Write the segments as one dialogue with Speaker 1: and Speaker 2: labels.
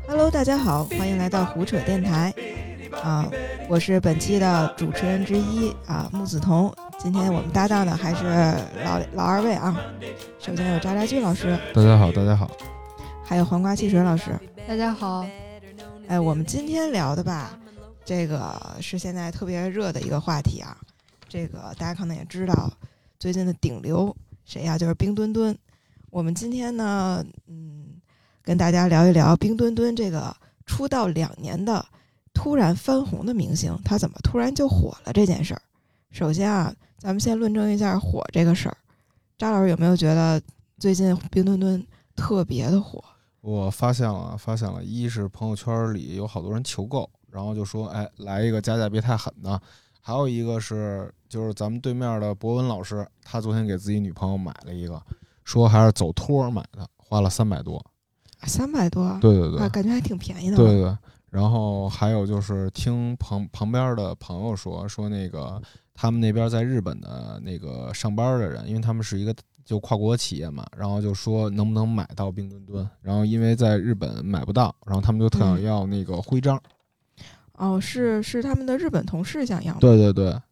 Speaker 1: Hello， 大家好，欢迎来到胡扯电台我是本期的主持人之一木子彤。今天我们搭档的还是老二位啊。首先有渣渣剧老师，
Speaker 2: 大家好，大家好。
Speaker 1: 还有黄瓜汽水老师，
Speaker 3: 大家好。
Speaker 1: 我们今天聊的吧，这个是现在特别热的一个话题啊。这个大家可能也知道，最近的顶流谁呀？就是冰墩墩。我们今天呢，跟大家聊一聊冰墩墩这个出道2年的突然翻红的明星，他怎么突然就火了这件事儿。首先啊，咱们先论证一下火这个事儿。扎老师有没有觉得最近冰墩墩特别的火？
Speaker 2: 我发现了，一是朋友圈里有好多人求购，然后就说来一个加价别太狠的。还有一个是就是咱们对面的博文老师，他昨天给自己女朋友买了一个，说还是走托买的，花了300多。
Speaker 1: 300多？
Speaker 2: 对对对，
Speaker 1: 感觉还挺便宜的。
Speaker 2: 对对对。然后还有就是听旁边的朋友说那个他们那边在日本的那个上班的人，因为他们是一个就跨国企业嘛，然后就说能不能买到冰墩墩，然后因为在日本买不到，然后他们就特想要那个徽章。
Speaker 1: 是他们的日本同事想要。
Speaker 2: 对对对。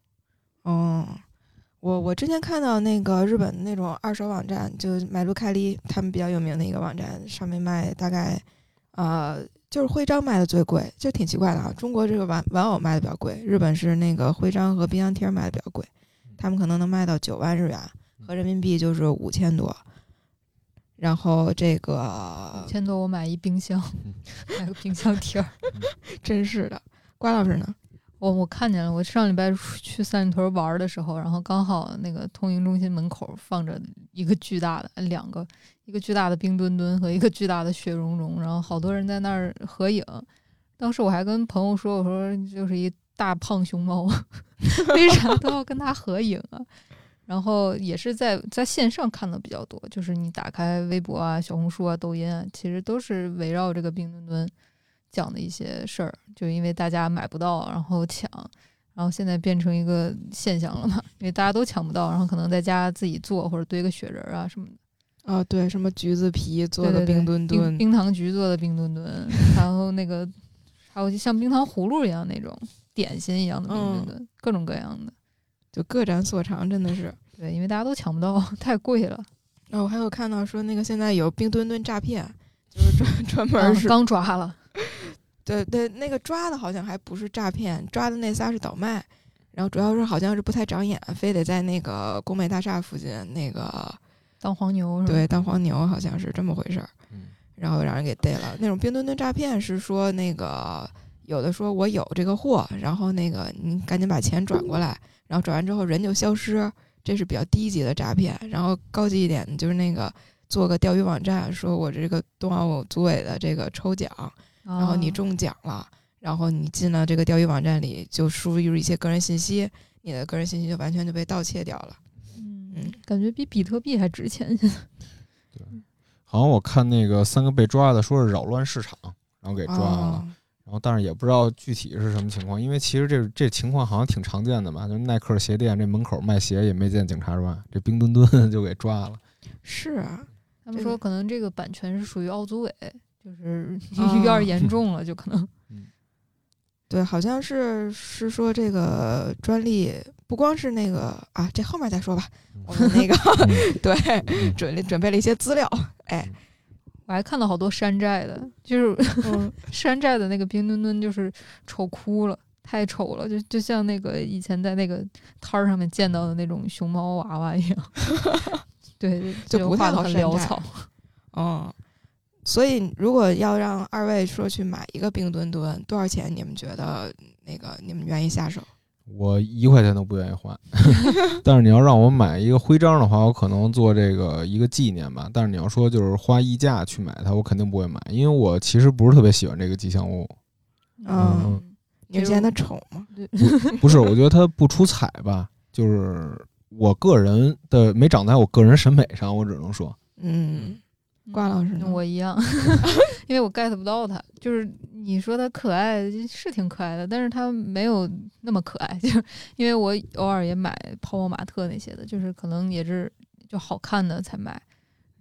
Speaker 1: 我之前看到那个日本那种二手网站，就买路开利他们比较有名的一个网站，上面卖大概就是徽章卖的最贵，就挺奇怪的啊。中国这个玩偶卖的比较贵，日本是那个徽章和冰箱贴卖的比较贵，他们可能能卖到9万日元，合人民币就是5000多。然后这个
Speaker 3: 5000多我买一冰箱，买个冰箱贴
Speaker 1: 真是的。瓜老师呢？
Speaker 3: 我看见了，我上礼拜去三里屯玩的时候，然后刚好那个通营中心门口放着一个巨大的一个巨大的冰墩墩和一个巨大的雪容融，然后好多人在那儿合影。当时我还跟朋友说，我说就是一大胖熊猫为啥都要跟他合影啊？然后也是在线上看的比较多，就是你打开微博啊、小红书啊、抖音啊，其实都是围绕这个冰墩墩讲的一些事儿，就因为大家买不到，然后抢，然后现在变成一个现象了嘛，因为大家都抢不到，然后可能在家自己做或者堆个雪人啊什么的。
Speaker 1: 对，什么橘子皮做的冰墩墩，
Speaker 3: 冰糖橘做的冰墩墩，然后那个还有像冰糖葫芦一样那种点心一样的冰墩墩，各种各样的，
Speaker 1: 就各展所长，真的是。
Speaker 3: 对，因为大家都抢不到，太贵了。
Speaker 1: 我还有看到说那个现在有冰墩墩诈骗，就是专门是
Speaker 3: 刚抓了。
Speaker 1: 对对，那个抓的好像还不是诈骗，抓的那仨是倒卖，然后主要是好像是不太长眼，非得在那个工美大厦附近那个
Speaker 3: 当黄牛是吧？
Speaker 1: 对，当黄牛好像是这么回事儿。然后让人给逮了。那种冰墩墩诈骗是说那个有的说我有这个货，然后那个你赶紧把钱转过来，然后转完之后人就消失，这是比较低级的诈骗。然后高级一点就是那个做个钓鱼网站，说我这个冬奥组委的这个抽奖，然后你中奖了，然后你进了这个钓鱼网站里就输入一些个人信息，你的个人信息就完全就被盗窃掉了。
Speaker 3: 感觉比比特币还值钱。
Speaker 2: 对，好像我看那个3个被抓的说是扰乱市场，然后给抓了。然后但是也不知道具体是什么情况，因为其实这情况好像挺常见的嘛，就耐克鞋店这门口卖鞋也没见警察抓，这冰墩墩就给抓了。
Speaker 1: 是啊，
Speaker 3: 他们说可能这个版权是属于奥组委，就是有点严重了，就可能。
Speaker 1: 对，好像是说这个专利不光是那个这后面再说吧。我们那个对准备了一些资料。
Speaker 3: 我还看到好多山寨的，就是山寨的那个冰墩墩，就是丑哭了，太丑了，就像那个以前在那个摊儿上面见到的那种熊猫娃娃一样。对，
Speaker 1: 就不太好
Speaker 3: 很潦草。
Speaker 1: 所以如果要让二位说去买一个冰墩墩，多少钱你们觉得那个你们愿意下手？
Speaker 2: 我1块钱都不愿意花。但是你要让我买一个徽章的话，我可能做这个一个纪念吧。但是你要说就是花溢价去买它，我肯定不会买，因为我其实不是特别喜欢这个吉祥物。
Speaker 1: 你嫌它丑吗？
Speaker 2: 不是，我觉得它不出彩吧，就是我个人的没长在我个人审美上，我只能说。
Speaker 1: 瓜老师呢？
Speaker 3: 我一样。因为我 get 不到它，就是你说它可爱是挺可爱的，但是它没有那么可爱，就是因为我偶尔也买泡泡玛特那些的，就是可能也是就好看的才买，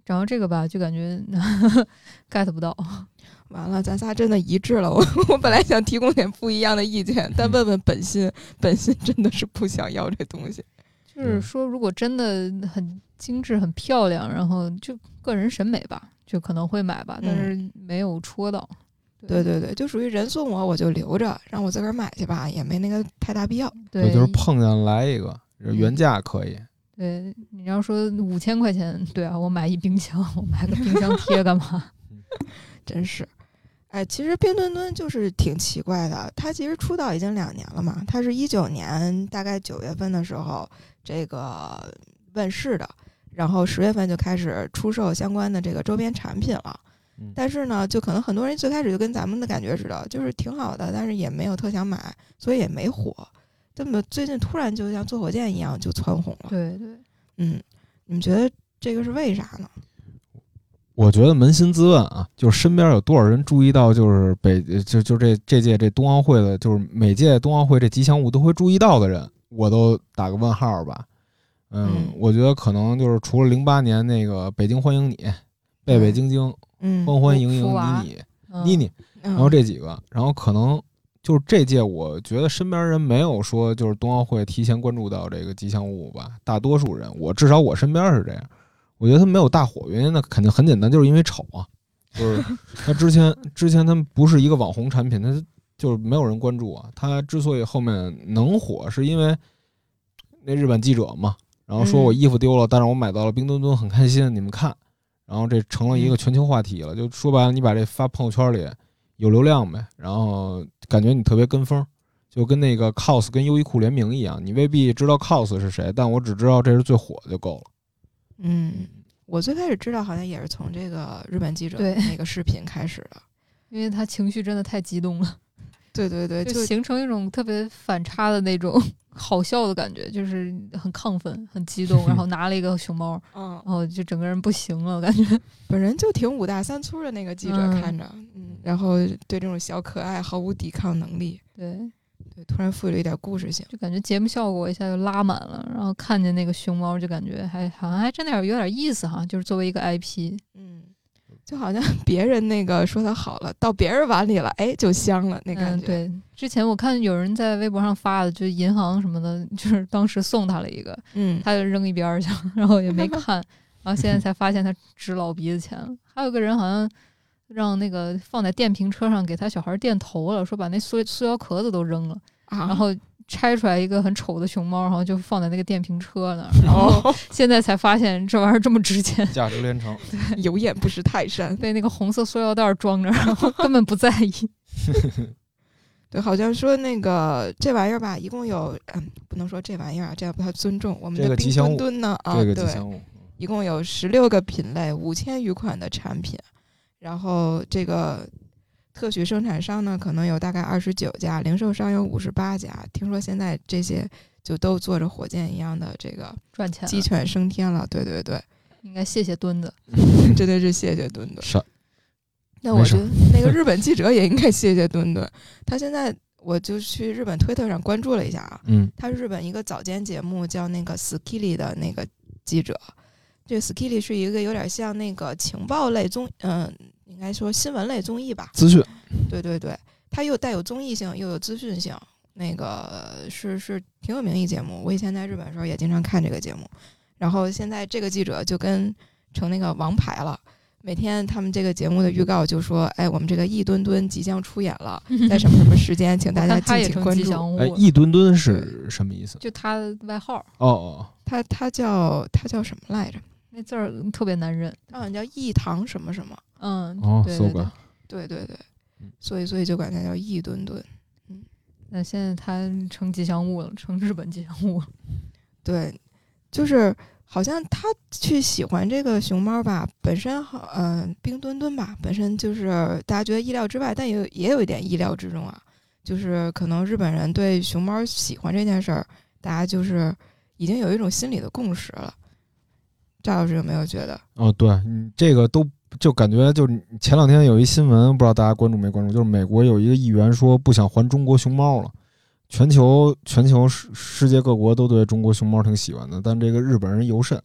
Speaker 3: 然后这个吧，就感觉get 不到。
Speaker 1: 完了，咱仨真的一致了。我本来想提供点不一样的意见，但问问本心真的是不想要这东西。
Speaker 3: 就是说，如果真的很精致、很漂亮，然后就个人审美吧，就可能会买吧，但是没有戳到。
Speaker 1: 对，就属于人送我就留着，让我自个儿买去吧，也没那个太大必要。
Speaker 3: 对，
Speaker 2: 就是碰见来一个原价可以。
Speaker 3: 对，你要说5000块钱，对啊，我买一冰箱，我买个冰箱贴干嘛？
Speaker 1: 真是。哎，其实冰墩墩就是挺奇怪的，他其实出道已经2年了嘛，他是19年大概9月份的时候这个问世的，然后10月份就开始出售相关的这个周边产品了。但是呢，就可能很多人最开始就跟咱们的感觉似的，就是挺好的，但是也没有特想买，所以也没火。这么最近突然就像坐火箭一样就蹿红了。
Speaker 3: 对，
Speaker 1: 你们觉得这个是为啥呢？
Speaker 2: 我觉得扪心自问啊，就是身边有多少人注意到，就是这届这冬奥会的，就是每届冬奥会这吉祥物都会注意到的人，我都打个问号吧。我觉得可能就是除了08年那个北京欢迎你，贝贝晶晶，欢欢迎迎妮妮，然后这几个，然后可能就是这届，我觉得身边人没有说就是冬奥会提前关注到这个吉祥物吧，大多数人，至少我身边是这样。我觉得他没有大火，原因那肯定很简单，就是因为丑啊。就是他之前他们不是一个网红产品，他就是没有人关注啊。他之所以后面能火，是因为那日本记者嘛，然后说我衣服丢了，但是我买到了冰墩墩，很开心，你们看。然后这成了一个全球话题了，就说白了，你把这发朋友圈里有流量呗，然后感觉你特别跟风，就跟那个 COS 跟优衣库联名一样，你未必知道 COS 是谁，但我只知道这是最火就够了。
Speaker 1: 我最开始知道好像也是从这个日本记者那个视频开始的，
Speaker 3: 因为他情绪真的太激动了。
Speaker 1: 对，
Speaker 3: 就形成一种特别反差的那种好笑的感觉，就是很亢奋、很激动，然后拿了一个熊猫，然后就整个人不行了，感觉
Speaker 1: 本人就挺5大3粗的那个记者看着，然后对这种小可爱毫无抵抗能力。对，突然赋予了一点故事性，
Speaker 3: 就感觉节目效果一下就拉满了，然后看见那个熊猫就感觉好像还真的有点意思哈，就是作为一个 IP，
Speaker 1: 就好像别人那个说它好了，到别人碗里了，哎，就香了那感觉。
Speaker 3: 对，之前我看有人在微博上发的，就银行什么的，就是当时送他了一个，他就扔一边去了，然后也没看，然后现在才发现他值老鼻子钱了。还有个人好像让那个放在电瓶车上给他小孩电头了，说把那塑料壳子都扔了，然后拆出来一个很丑的熊猫，然后就放在那个电瓶车那儿，然后现在才发现这玩意儿这么值钱，
Speaker 2: 价值连城，
Speaker 1: 对，有眼不识泰山，
Speaker 3: 被那个红色塑料袋装着，然后根本不在意。
Speaker 1: 对，好像说那个这玩意儿吧，一共有不能说这玩意儿，这样不太尊重我们的冰墩墩呢啊，
Speaker 2: 这个吉祥物
Speaker 1: 一共有16个品类，5000余款的产品，然后这个特许生产商呢，可能有大概29家，零售商有58家。听说现在这些就都坐着火箭一样的这个
Speaker 3: 赚钱，
Speaker 1: 鸡犬升天了。对，
Speaker 3: 应该谢谢墩子，
Speaker 1: 真的是谢谢墩墩。
Speaker 2: 是。
Speaker 1: 那我觉得那个日本记者也应该谢谢墩墩。他现在我就去日本推特上关注了一下啊，他是日本一个早间节目叫那个 Skilly 的那个记者。这个 Skilly 是一个有点像那个情报类应该说新闻类综艺吧，
Speaker 2: 资讯。
Speaker 1: 对，它又带有综艺性，又有资讯性，那个是挺有名一节目。我以前在日本的时候也经常看这个节目。然后现在这个记者就跟成那个王牌了，每天他们这个节目的预告就说，哎，我们这个一墩墩即将出演了，在什么时间，请大家敬请关注。
Speaker 2: 哎，一墩墩是什么意思？
Speaker 3: 就他的外号。
Speaker 1: 他叫什么来着？
Speaker 3: 那字儿特别难认，
Speaker 1: 好像叫一堂什么什么。对，所以就管它叫一墩墩。
Speaker 3: 那现在它成吉祥物了，成日本吉祥物了。
Speaker 1: 对，就是好像他去喜欢这个熊猫吧，本身冰墩墩吧，本身就是大家觉得意料之外，但也有一点意料之中啊。就是可能日本人对熊猫喜欢这件事儿，大家就是已经有一种心理的共识了。赵老师有没有觉得？
Speaker 2: 对，这个都就感觉就前2天有一新闻，不知道大家关注没关注，就是美国有一个议员说不想还中国熊猫了。全球世界各国都对中国熊猫挺喜欢的，但这个日本人尤甚，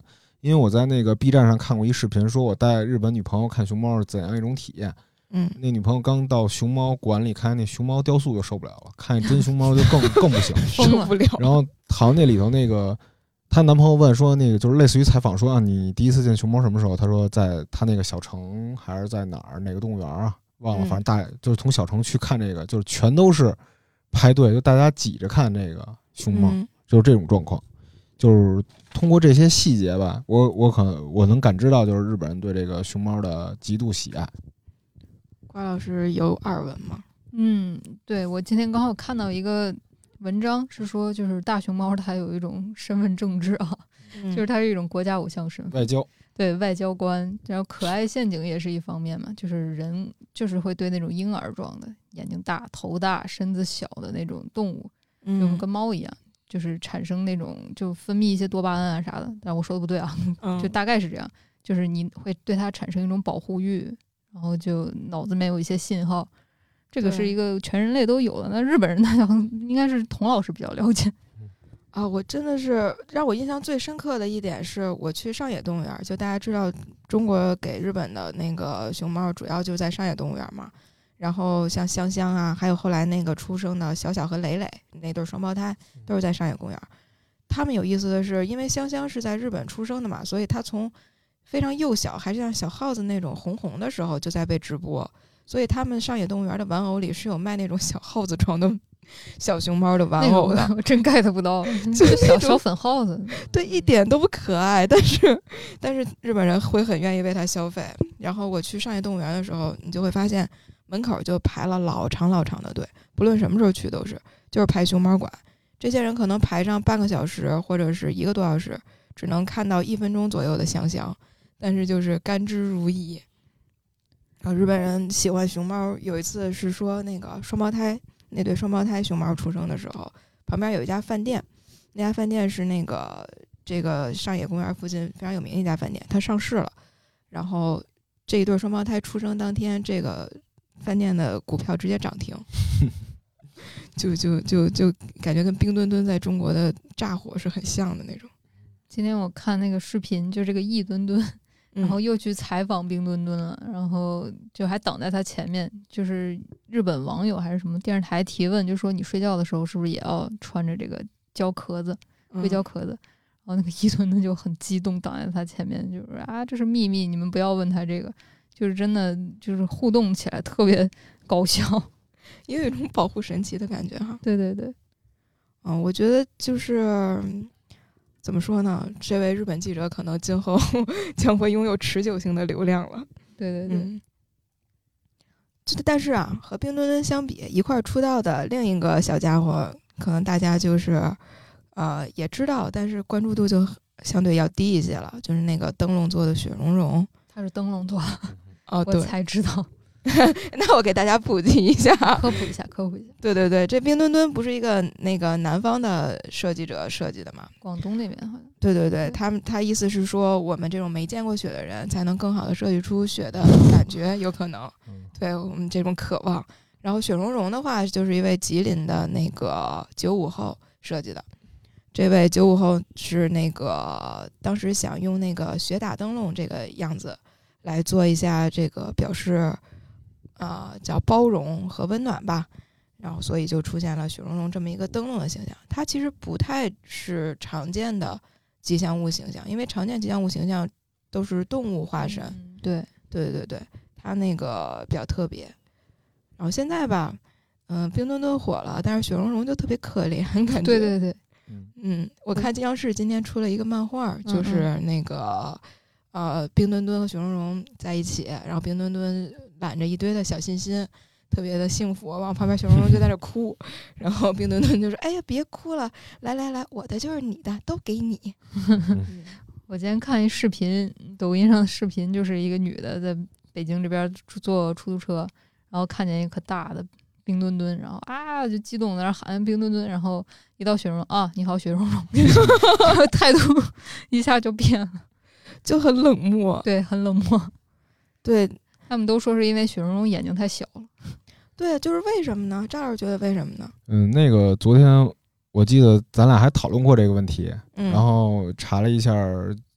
Speaker 2: 因为我在那个 B 站上看过一视频，说我带日本女朋友看熊猫是怎样一种体验。那女朋友刚到熊猫馆里看那熊猫雕塑就受不了了，看真熊猫就更不行，
Speaker 1: 受不了。
Speaker 2: 然后好像那里头那个她男朋友问说，那个就是类似于采访说啊，你第一次见熊猫什么时候？她说在她那个小城还是在哪儿哪个动物园啊？忘了，反正大概就是从小城去看这个，就是全都是排队，就大家挤着看这个熊猫，就是这种状况。就是通过这些细节吧，我能感知到，就是日本人对这个熊猫的极度喜爱。
Speaker 1: 瓜老师有耳闻吗？
Speaker 3: 对，我今天刚好看到一个文章，是说就是大熊猫它有一种身份政治啊，就是它是一种国家偶像身份，
Speaker 2: 外交，
Speaker 3: 对，外交官。然后可爱陷阱也是一方面嘛，就是人就是会对那种婴儿状的眼睛大头大身子小的那种动物，就跟猫一样，就是产生那种就分泌一些多巴胺啊啥的，但我说的不对啊，就大概是这样，就是你会对它产生一种保护欲，然后就脑子里面有一些信号，这个是一个全人类都有的。那日本人那应该是童老师比较了解
Speaker 1: 啊。我真的是让我印象最深刻的一点是我去上野动物园，就大家知道中国给日本的那个熊猫主要就在上野动物园嘛，然后像香香啊，还有后来那个出生的小小和蕾蕾那对双胞胎都是在上野公园。他们有意思的是，因为香香是在日本出生的嘛，所以他从非常幼小还是像小耗子那种红红的时候就在被直播，所以他们上野动物园的玩偶里是有卖那种小耗子装的小熊猫的玩偶的，
Speaker 3: 那个我真 get 不到，
Speaker 1: 就是
Speaker 3: 小粉耗子，
Speaker 1: 对，一点都不可爱，但是日本人会很愿意为它消费。然后我去上野动物园的时候，你就会发现门口就排了老长的队，不论什么时候去都是，就是排熊猫馆。这些人可能排上半个小时或者是1个多小时，只能看到1分钟左右的香香，但是就是甘之如饴。然后日本人喜欢熊猫，有一次是说那个那对双胞胎熊猫出生的时候，旁边有一家饭店，那家饭店是这个上野公园附近非常有名的一家饭店，它上市了。然后这一对双胞胎出生当天，这个饭店的股票直接涨停，就感觉跟冰墩墩在中国的炸火是很像的那种。
Speaker 3: 今天我看那个视频，就这个易墩墩，然后又去采访冰墩墩了，然后就还等在他前面，就是日本网友还是什么电视台提问，就说你睡觉的时候是不是也要穿着这个胶壳子，硅胶壳子？然后那个易墩墩就很激动，挡在他前面，就是啊，这是秘密，你们不要问他这个，就是真的就是互动起来特别搞笑，
Speaker 1: 也有一种保护神奇的感觉哈。
Speaker 3: 对对对，
Speaker 1: 我觉得就是怎么说呢？这位日本记者可能今后将会拥有持久性的流量了。
Speaker 3: 对对对。
Speaker 1: 但是啊，和冰墩墩相比，一块出道的另一个小家伙，可能大家就是也知道，但是关注度就相对要低一些了。就是那个灯笼做的雪容融，
Speaker 3: 他是灯笼做的，
Speaker 1: 哦，对，
Speaker 3: 我才知道。
Speaker 1: 那我给大家普及一下，
Speaker 3: 科普一下。
Speaker 1: 对对对，这冰墩墩不是一个那个南方的设计者设计的吗？
Speaker 3: 广东那边好像。
Speaker 1: 对对对，他意思是说，我们这种没见过雪的人，才能更好的设计出雪的感觉，有可能。对我们这种渴望。然后雪容融的话，就是一位吉林的那个95后设计的。这位95后是那个当时想用那个雪打灯笼这个样子来做一下这个表示。叫包容和温暖吧，然后所以就出现了雪容融这么一个灯笼的形象。它其实不太是常见的吉祥物形象，因为常见吉祥物形象都是动物化身。
Speaker 3: 对
Speaker 1: 对对对，它那个比较特别。然后现在吧，冰墩墩火了，但是雪容融就特别可怜，感觉。
Speaker 3: 对对对，
Speaker 1: 我看金央视今天出了一个漫画，就是那个冰墩墩和雪容融在一起，然后冰墩墩揽着一堆的小心心，特别的幸福，往旁边雪容融就在那哭，然后冰墩墩就说：“哎呀，别哭了，来来来，我的就是你的，都给你。”
Speaker 3: 我今天看一视频，抖音上的视频，就是一个女的在北京这边坐出租车，然后看见一个可大的冰墩墩，然后就激动在那喊冰墩墩，然后一到雪容融你好雪容融，态度一下就变了，
Speaker 1: 就很冷漠。
Speaker 3: 对，很冷漠。
Speaker 1: 对。
Speaker 3: 他们都说是因为雪容融眼睛太小了。
Speaker 1: 对，就是为什么呢？赵老师觉得为什么呢？
Speaker 2: 那个昨天我记得咱俩还讨论过这个问题，然后查了一下，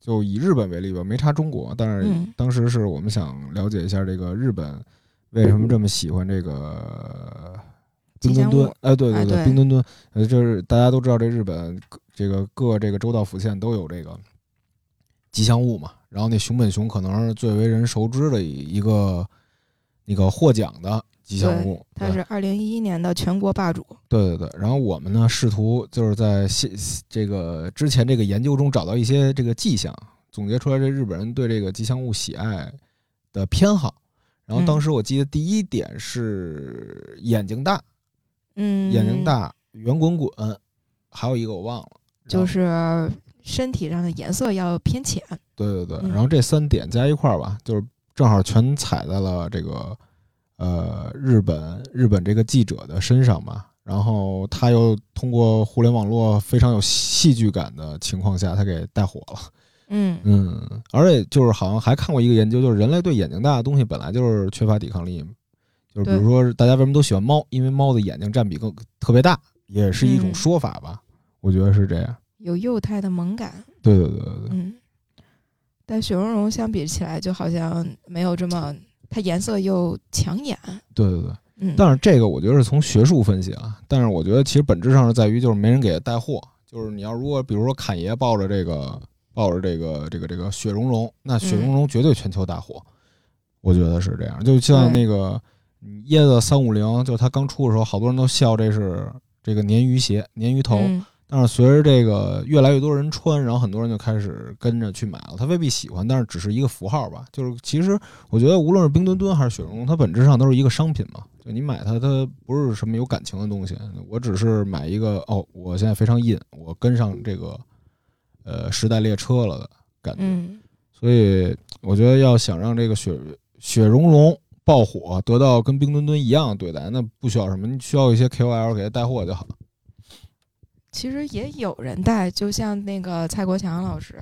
Speaker 2: 就以日本为例吧，没查中国，但是当时是我们想了解一下这个日本为什么这么喜欢这个冰墩墩。对，冰墩墩，就是大家都知道这日本各这个州道府县都有这个吉祥物嘛，然后那熊本熊可能是最为人熟知的一个那个获奖的吉祥物，
Speaker 1: 它是2011年的全国霸主。
Speaker 2: 对，然后我们呢试图就是在这个之前这个研究中找到一些这个迹象，总结出来这日本人对这个吉祥物喜爱的偏好。然后当时我记得第一点是眼睛大，眼睛大，圆滚滚，还有一个我忘了，
Speaker 1: 就是身体上的颜色要偏浅。
Speaker 2: 对，然后这3点加一块儿吧，就是正好全踩在了这个日本这个记者的身上吧。然后他又通过互联网络非常有戏剧感的情况下，他给带火了。而且就是好像还看过一个研究，就是人类对眼睛大的东西本来就是缺乏抵抗力，就是比如说大家为什么都喜欢猫，因为猫的眼睛占比特别大，也是一种说法吧。我觉得是这样，
Speaker 1: 有幼态的萌感。
Speaker 2: 对，
Speaker 1: 但雪容融相比起来就好像没有这么，它颜色又抢眼。对，
Speaker 2: 但是这个我觉得是从学术分析啊，但是我觉得其实本质上是在于就是没人给它带货，就是你要如果比如说侃爷抱着这个雪容融，那雪容融绝对全球大火，我觉得是这样。就像那个椰子350，就它刚出的时候，好多人都笑这是这个鲶鱼鞋、鲶鱼头。但是随着这个越来越多人穿，然后很多人就开始跟着去买了。他未必喜欢，但是只是一个符号吧。就是其实我觉得无论是冰墩墩还是雪容融，它本质上都是一个商品嘛。就你买它不是什么有感情的东西。我只是买一个我现在非常硬，我跟上这个时代列车了的感觉。所以我觉得要想让这个雪容融爆火，得到跟冰墩墩一样的对待，那不需要什么，你需要一些 KOL 给他带货就好了。
Speaker 1: 其实也有人带，就像那个蔡国强老师，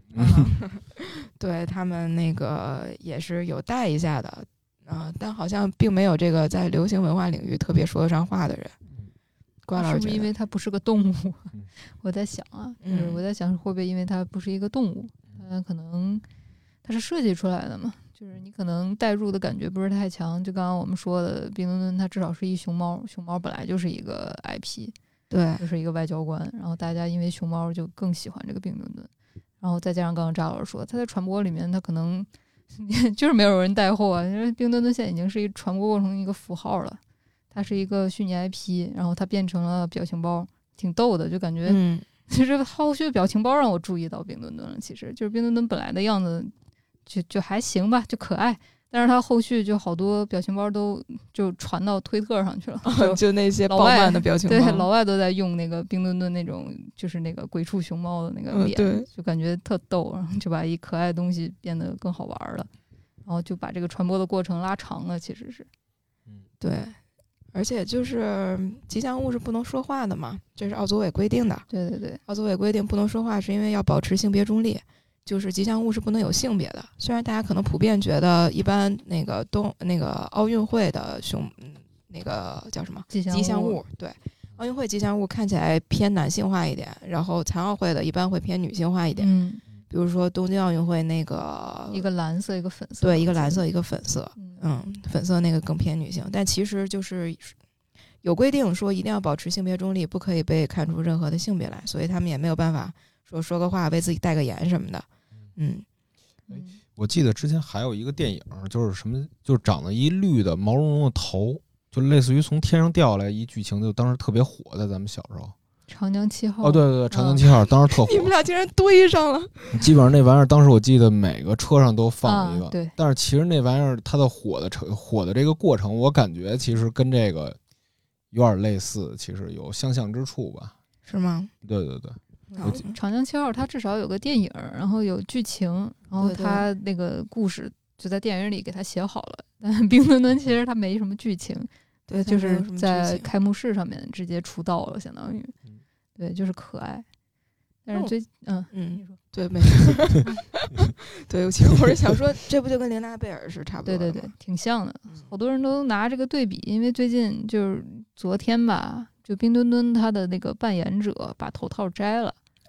Speaker 1: 对他们那个也是有带一下的，但好像并没有这个在流行文化领域特别说得上话的人。关老师
Speaker 3: 是不是因为它不是个动物？我在想啊，就是我在想会不会因为它不是一个动物，可能它是设计出来的嘛，就是你可能代入的感觉不是太强。就刚刚我们说的冰墩墩，它至少是一熊猫，熊猫本来就是一个 IP。
Speaker 1: 对，
Speaker 3: 就是一个外交官，然后大家因为熊猫就更喜欢这个冰墩墩，然后再加上刚刚扎老师说，他在传播里面他可能就是没有人带货啊，因为冰墩墩现在已经是一传播过程一个符号了，它是一个虚拟 IP， 然后它变成了表情包，挺逗的，就感觉其实后续表情包让我注意到冰墩墩了，其实就是冰墩墩本来的样子就还行吧，就可爱。但是他后续就好多表情包都就传到推特上去了，
Speaker 1: 就那些爆漫的表情包，
Speaker 3: 对，老外都在用那个冰墩墩那种，就是那个鬼畜熊猫的那个脸，就感觉特逗，然后就把一可爱的东西变得更好玩了，然后就把这个传播的过程拉长了，其实是，
Speaker 1: 对，而且就是吉祥物是不能说话的嘛，这是奥组委规定的，
Speaker 3: 对，
Speaker 1: 奥组委规定不能说话是因为要保持性别中立。就是吉祥物是不能有性别的，虽然大家可能普遍觉得一般那个奥运会的那个叫什么吉祥物，对，奥运会吉祥物看起来偏男性化一点，然后残奥会的一般会偏女性化一点。比如说东京奥运会那个
Speaker 3: 一个蓝色一个粉色，
Speaker 1: 对，一个蓝色一个粉色，粉色那个更偏女性，但其实就是有规定说一定要保持性别中立，不可以被看出任何的性别来，所以他们也没有办法说个话为自己代个言什么的。
Speaker 2: 我记得之前还有一个电影，就是什么，就是长了一绿的毛茸茸的头，就类似于从天上掉下来一剧情，就当时特别火，在咱们小时候。
Speaker 3: 长江7号。
Speaker 2: 对，长江7号当时特火。
Speaker 1: 你们俩竟然对上了。
Speaker 2: 基本上那玩意儿，当时我记得每个车上都放一个。
Speaker 3: 对。
Speaker 2: 但是其实那玩意儿它的火的这个过程，我感觉其实跟这个有点类似，其实有相像之处吧。
Speaker 1: 是吗？
Speaker 2: 对。
Speaker 3: 长江7号它至少有个电影，然后有剧情，然后它那个故事就在电影里给它写好了。但冰墩墩其实它没什么剧情，
Speaker 1: 对，
Speaker 3: 就是在开幕式上面直接出道了，相当于，对，就是可爱。但是
Speaker 1: 对，没错。对，其实我是想说，这不就跟琳娜贝尔是差不多的吗？
Speaker 3: 对，挺像的。好多人都拿这个对比，因为最近就是昨天吧。就冰墩墩他的那个扮演者把头套摘了，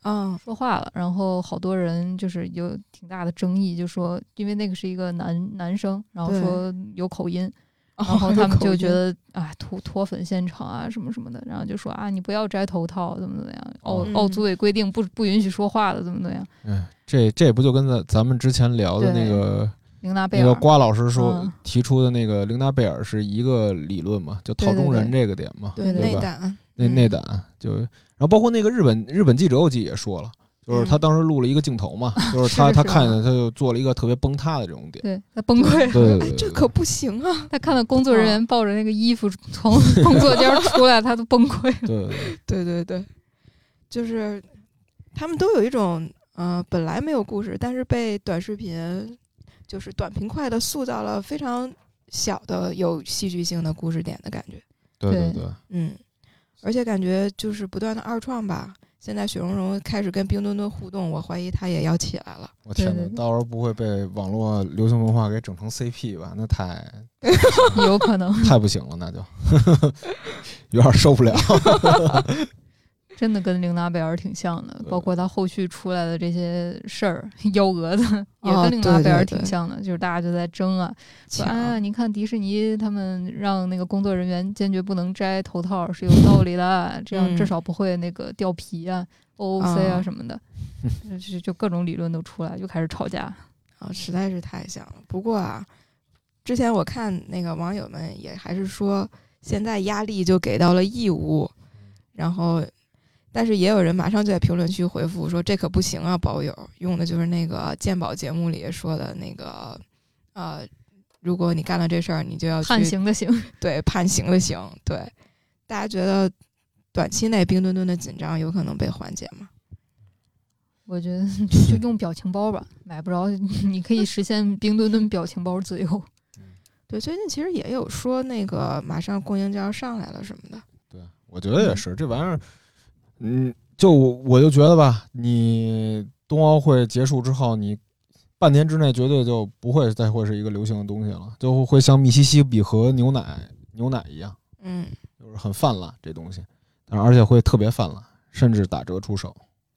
Speaker 3: 说话了，然后好多人就是有挺大的争议，就说因为那个是一个男生，然后说有口音，然后他们就觉得啊脱粉现场啊什么什么的，然后就说啊你不要摘头套怎么样，奥组委规定不允许说话的怎么样。
Speaker 2: 这不就跟咱们之前聊的那个
Speaker 3: 玲娜贝尔
Speaker 2: 那个瓜老师说提出的那个玲娜贝尔是一个理论嘛，就套中人这个点嘛，
Speaker 1: 对
Speaker 2: 吧？
Speaker 1: 内
Speaker 2: 胆就，然后包括那个日本记者我记得也说了。就是他当时录了一个镜头嘛，就是他看见他就做了一个特别崩塌的这种点，
Speaker 3: 对他崩溃了，
Speaker 2: 对，
Speaker 1: 这可不行啊！
Speaker 3: 他看到工作人员抱着那个衣服从工作间出来，他都崩溃了。
Speaker 1: 对，就是他们都有一种本来没有故事，但是被短视频就是短平快的塑造了非常小的有戏剧性的故事点的感觉。
Speaker 2: 对，
Speaker 1: 而且感觉就是不断的二创吧。现在雪容融开始跟冰墩墩互动，我怀疑他也要起来了。
Speaker 2: 我天哪，到时候不会被网络流行文化给整成 CP 吧？那太
Speaker 3: 有可能，
Speaker 2: 太不行了，那就有点受不了。
Speaker 3: 真的跟玲娜贝尔挺像的，包括他后续出来的这些事儿，幺蛾子也跟玲娜贝尔挺像的，就是大家就在争啊，说啊，你看迪士尼他们让那个工作人员坚决不能摘头套是有道理的，这样至少不会那个掉皮啊、OOC 啊什么的，就各种理论都出来，就开始吵架
Speaker 1: 实在是太像了。不过之前我看那个网友们也还是说，现在压力就给到了义乌，然后。但是也有人马上就在评论区回复说这可不行啊，保友用的就是那个鉴宝节目里说的那个如果你干了这事儿你就要去
Speaker 3: 判刑的刑，
Speaker 1: 对，判刑的刑。对，大家觉得短期内冰墩墩的紧张有可能被缓解吗？
Speaker 3: 我觉得就用表情包吧，买不着你可以实现冰墩墩表情包自由。
Speaker 1: 对，最近其实也有说那个马上供应就要上来了什么的。
Speaker 2: 对，我觉得也是，这玩意儿就我就觉得吧，你冬奥会结束之后，你半年之内绝对就不会再会是一个流行的东西了，就会像密西西比河牛奶一样，就是很泛滥这东西，而且会特别泛滥，甚至打折出手。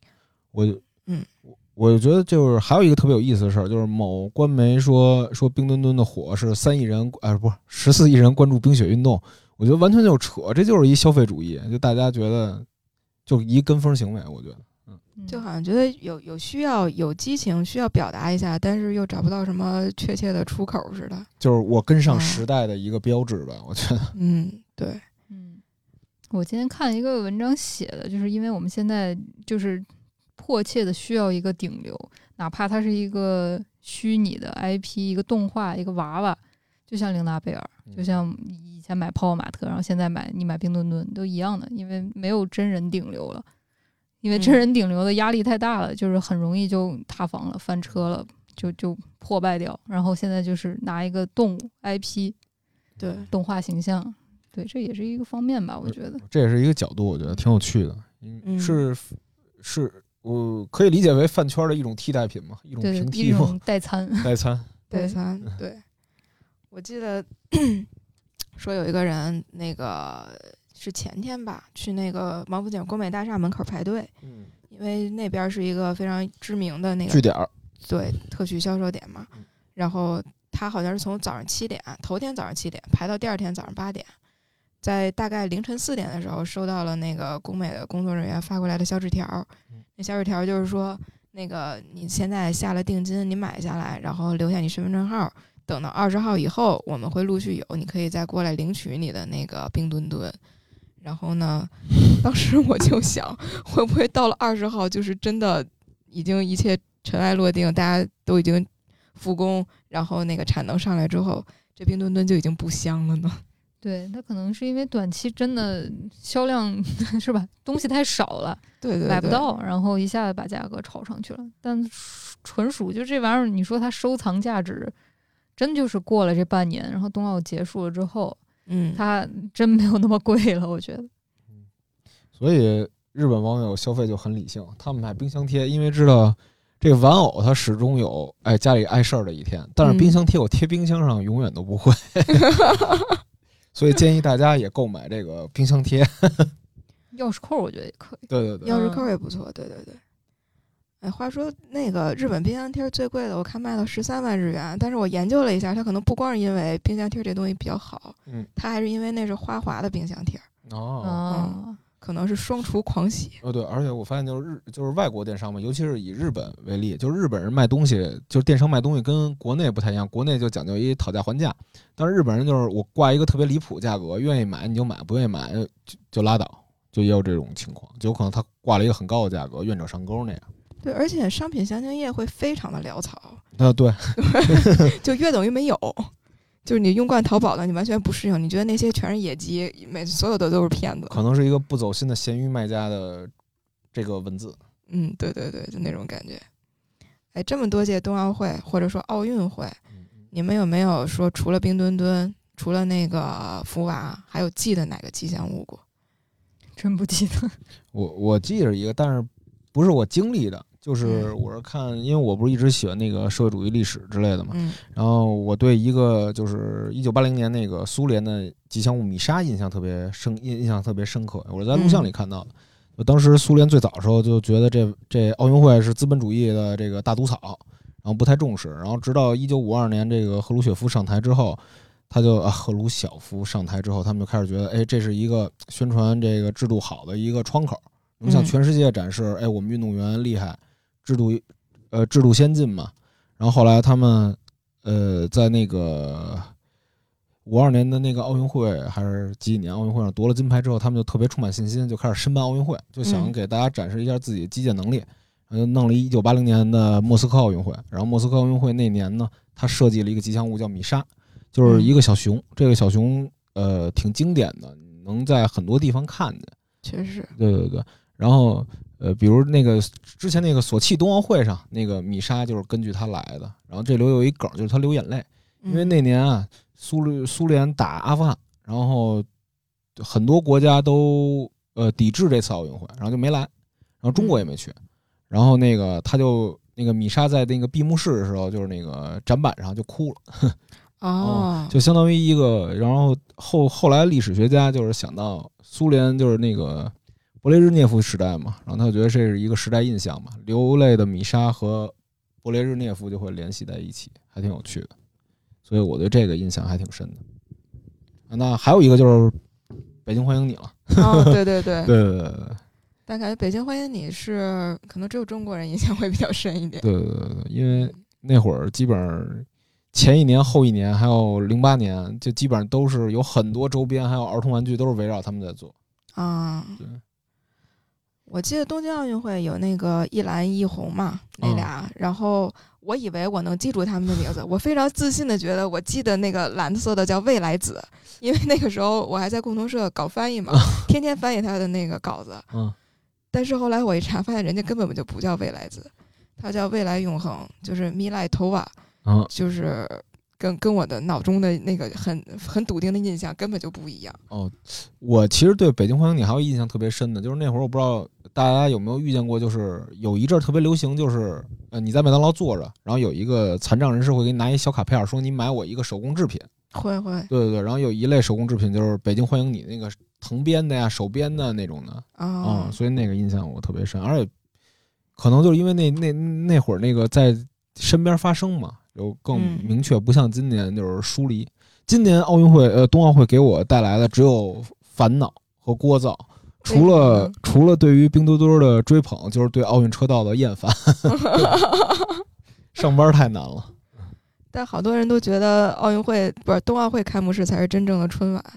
Speaker 2: 我就觉得就是还有一个特别有意思的事儿，就是某官媒说冰墩墩的火是3亿人，不是14亿人关注冰雪运动，我觉得完全就扯，这就是一消费主义，就大家觉得。就一跟风行为，我觉得，
Speaker 1: 就好像觉得有需要有激情，需要表达一下，但是又找不到什么确切的出口似的。
Speaker 2: 就是我跟上时代的一个标志吧，我觉得。
Speaker 1: 对，
Speaker 3: 我今天看一个文章写的，就是因为我们现在就是迫切的需要一个顶流，哪怕它是一个虚拟的 IP， 一个动画，一个娃娃，就像玲娜贝尔，就像以前买泡泡玛特，然后现在你买冰墩墩都一样的，因为没有真人顶流了，因为真人顶流的压力太大了，就是很容易就塌房了、翻车了，就破败掉。然后现在就是拿一个动物 IP，
Speaker 1: 对，
Speaker 3: 动画形象，对，这也是一个方面吧，我觉得
Speaker 2: 这也是一个角度，我觉得挺有趣的，是我可以理解为饭圈的一种替代品嘛，一种平替嘛，
Speaker 3: 一种代餐，
Speaker 1: 对。我记得说有一个人，那个是前天吧，去那个王府井国美大厦门口排队，因为那边是一个非常知名的那个
Speaker 2: 据点，
Speaker 1: 对，特许销售点嘛。然后他好像是从早上7点，头天早上7点排到第二天早上8点，在大概凌晨4点的时候，收到了那个国美的工作人员发过来的小纸条。那小纸条就是说，那个你现在下了定金，你买下来，然后留下你身份证号。等到20号以后，我们会陆续有，你可以再过来领取你的那个冰墩墩。然后呢，当时我就想，会不会到了20号，就是真的已经一切尘埃落定，大家都已经复工，然后那个产能上来之后，这冰墩墩就已经不香了呢？
Speaker 3: 对，它可能是因为短期真的销量是吧，东西太少了，
Speaker 1: 对，
Speaker 3: 买不到，然后一下子把价格炒上去了。但纯属就这玩意儿，你说它收藏价值。真就是过了这半年，然后冬奥结束了之后，它真没有那么贵了，我觉得。
Speaker 2: 所以日本网友消费就很理性，他们买冰箱贴，因为知道这个玩偶它始终有家里碍事儿的一天，但是冰箱贴我贴冰箱上永远都不会，所以建议大家也购买这个冰箱贴。
Speaker 3: 钥匙扣我觉得也可以，
Speaker 2: 对，
Speaker 1: 钥匙扣也不错，对。 哎，话说那个日本冰箱贴最贵的，我看卖到13万日元，但是我研究了一下，它可能不光是因为冰箱贴这东西比较好，它还是因为那是花滑的冰箱贴。可能是双厨狂喜。
Speaker 2: 对，而且我发现就是外国电商嘛，尤其是以日本为例，就是日本人卖东西，就是电商卖东西跟国内不太一样，国内就讲究一讨价还价，但是日本人就是我挂一个特别离谱价格，愿意买你就买，不愿意买就拉倒，就也有这种情况，就有可能他挂了一个很高的价格，愿者上钩那样。
Speaker 1: 对，而且商品详情页会非常的潦草。
Speaker 2: 对，
Speaker 1: 就约等于没有。就是你用惯淘宝的，你完全不适应，你觉得那些全是野鸡，所有的都是骗子。
Speaker 2: 可能是一个不走心的闲鱼卖家的这个文字。
Speaker 1: 对对对，就那种感觉。哎，这么多届冬奥会或者说奥运会，你们有没有说除了冰墩墩，除了那个福娃，还有记得哪个吉祥物过？
Speaker 3: 真不记得。
Speaker 2: 我记着一个，但是不是我经历的。就是我是看，因为我不是一直喜欢那个社会主义历史之类的嘛，然后我对一个就是1980年那个苏联的吉祥物米莎印象特别深刻。我是在录像里看到的。我当时苏联最早的时候就觉得这奥运会是资本主义的这个大毒草，然后不太重视。然后直到1952年这个赫鲁晓夫上台之后，他们就开始觉得，哎，这是一个宣传这个制度好的一个窗口，能向全世界展示，哎，我们运动员厉害。制度先进嘛，然后后来他们在那个52年的那个奥运会还是几年奥运会上夺了金牌之后，他们就特别充满信心，就开始申办奥运会，就想给大家展示一下自己的击剑能力，然后就弄了1980年的莫斯科奥运会。然后莫斯科奥运会那年呢，他设计了一个吉祥物叫米莎，就是一个小熊，这个小熊挺经典的，能在很多地方看见。
Speaker 1: 确实，
Speaker 2: 对对对，然后。比如那个之前那个索契冬奥会上那个米莎就是根据他来的，然后这里有一梗就是他流眼泪，因为那年啊苏联打阿富汗，然后很多国家都抵制这次奥运会，然后就没来，然后中国也没去，然后那个他就那个米莎在那个闭幕式的时候就是那个展板上就哭了，就相当于一个，然后后来历史学家就是想到苏联就是那个。勃列日涅夫时代嘛，然后他觉得这是一个时代印象嘛，流泪的米莎和勃列日涅夫就会联系在一起，还挺有趣的，所以我对这个印象还挺深的。那还有一个就是北京欢迎你了。
Speaker 1: 对对对
Speaker 2: 对。
Speaker 1: 但感觉北京欢迎你是可能只有中国人印象会比较深一点。
Speaker 2: 对，因为那会儿基本上前一年后一年还有08年就基本上都是有很多周边还有儿童玩具都是围绕他们在做对。
Speaker 1: 我记得东京奥运会有那个一蓝一红嘛，那俩，然后我以为我能记住他们的名字，我非常自信的觉得我记得那个蓝色的叫未来子，因为那个时候我还在共同社搞翻译嘛，天天翻译他的那个稿子。但是后来我一查，发现人家根本就不叫未来子，他叫未来永恒，就是米莱托瓦，就是跟我的脑中的那个很笃定的印象根本就不一样。
Speaker 2: 我其实对北京欢迎你还有印象特别深的，就是那会儿我不知道大家有没有遇见过，就是有一阵特别流行，就是你在麦当劳坐着，然后有一个残障人士会给你拿一小卡片，说你买我一个手工制品。
Speaker 1: 会。
Speaker 2: 对，然后有一类手工制品就是北京欢迎你那个藤编的呀、手编的那种的所以那个印象我特别深，而且可能就是因为那会儿那个在身边发生嘛。有更明确，不像今年就是疏离。今年奥运会冬奥会给我带来的只有烦恼和聒噪，除了对于冰墩墩的追捧，就是对奥运车道的厌烦。上班太难了。
Speaker 1: 但好多人都觉得奥运会不是冬奥会开幕式才是真正的春晚。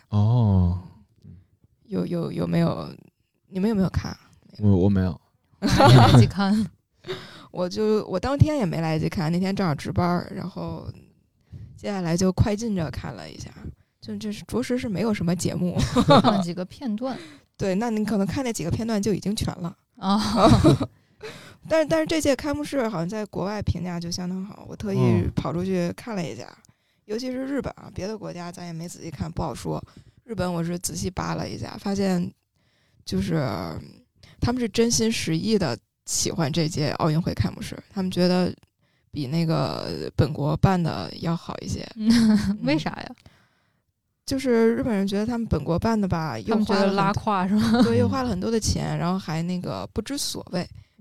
Speaker 1: 有没有？你们有没有看？
Speaker 2: 我没有，
Speaker 3: 没来得及看。
Speaker 1: 我当天也没来得及看，那天正好值班，然后接下来就快进着看了一下，这是着实是没有什么节目，
Speaker 3: 看了几个片段。
Speaker 1: 对，那你可能看那几个片段就已经全了但是这届开幕式好像在国外评价就相当好，我特意跑出去看了一下，尤其是日本啊，别的国家咱也没仔细看，不好说。日本我是仔细扒了一下，发现就是他们是真心实意的喜欢这届奥运会开幕式，他们觉得比那个本国办的要好一些。
Speaker 3: 为啥呀？
Speaker 1: 就是日本人觉得他们本国办的吧，又花了
Speaker 3: 拉胯是吧？
Speaker 1: 对，又花了很多的钱，然后还那个不知所谓。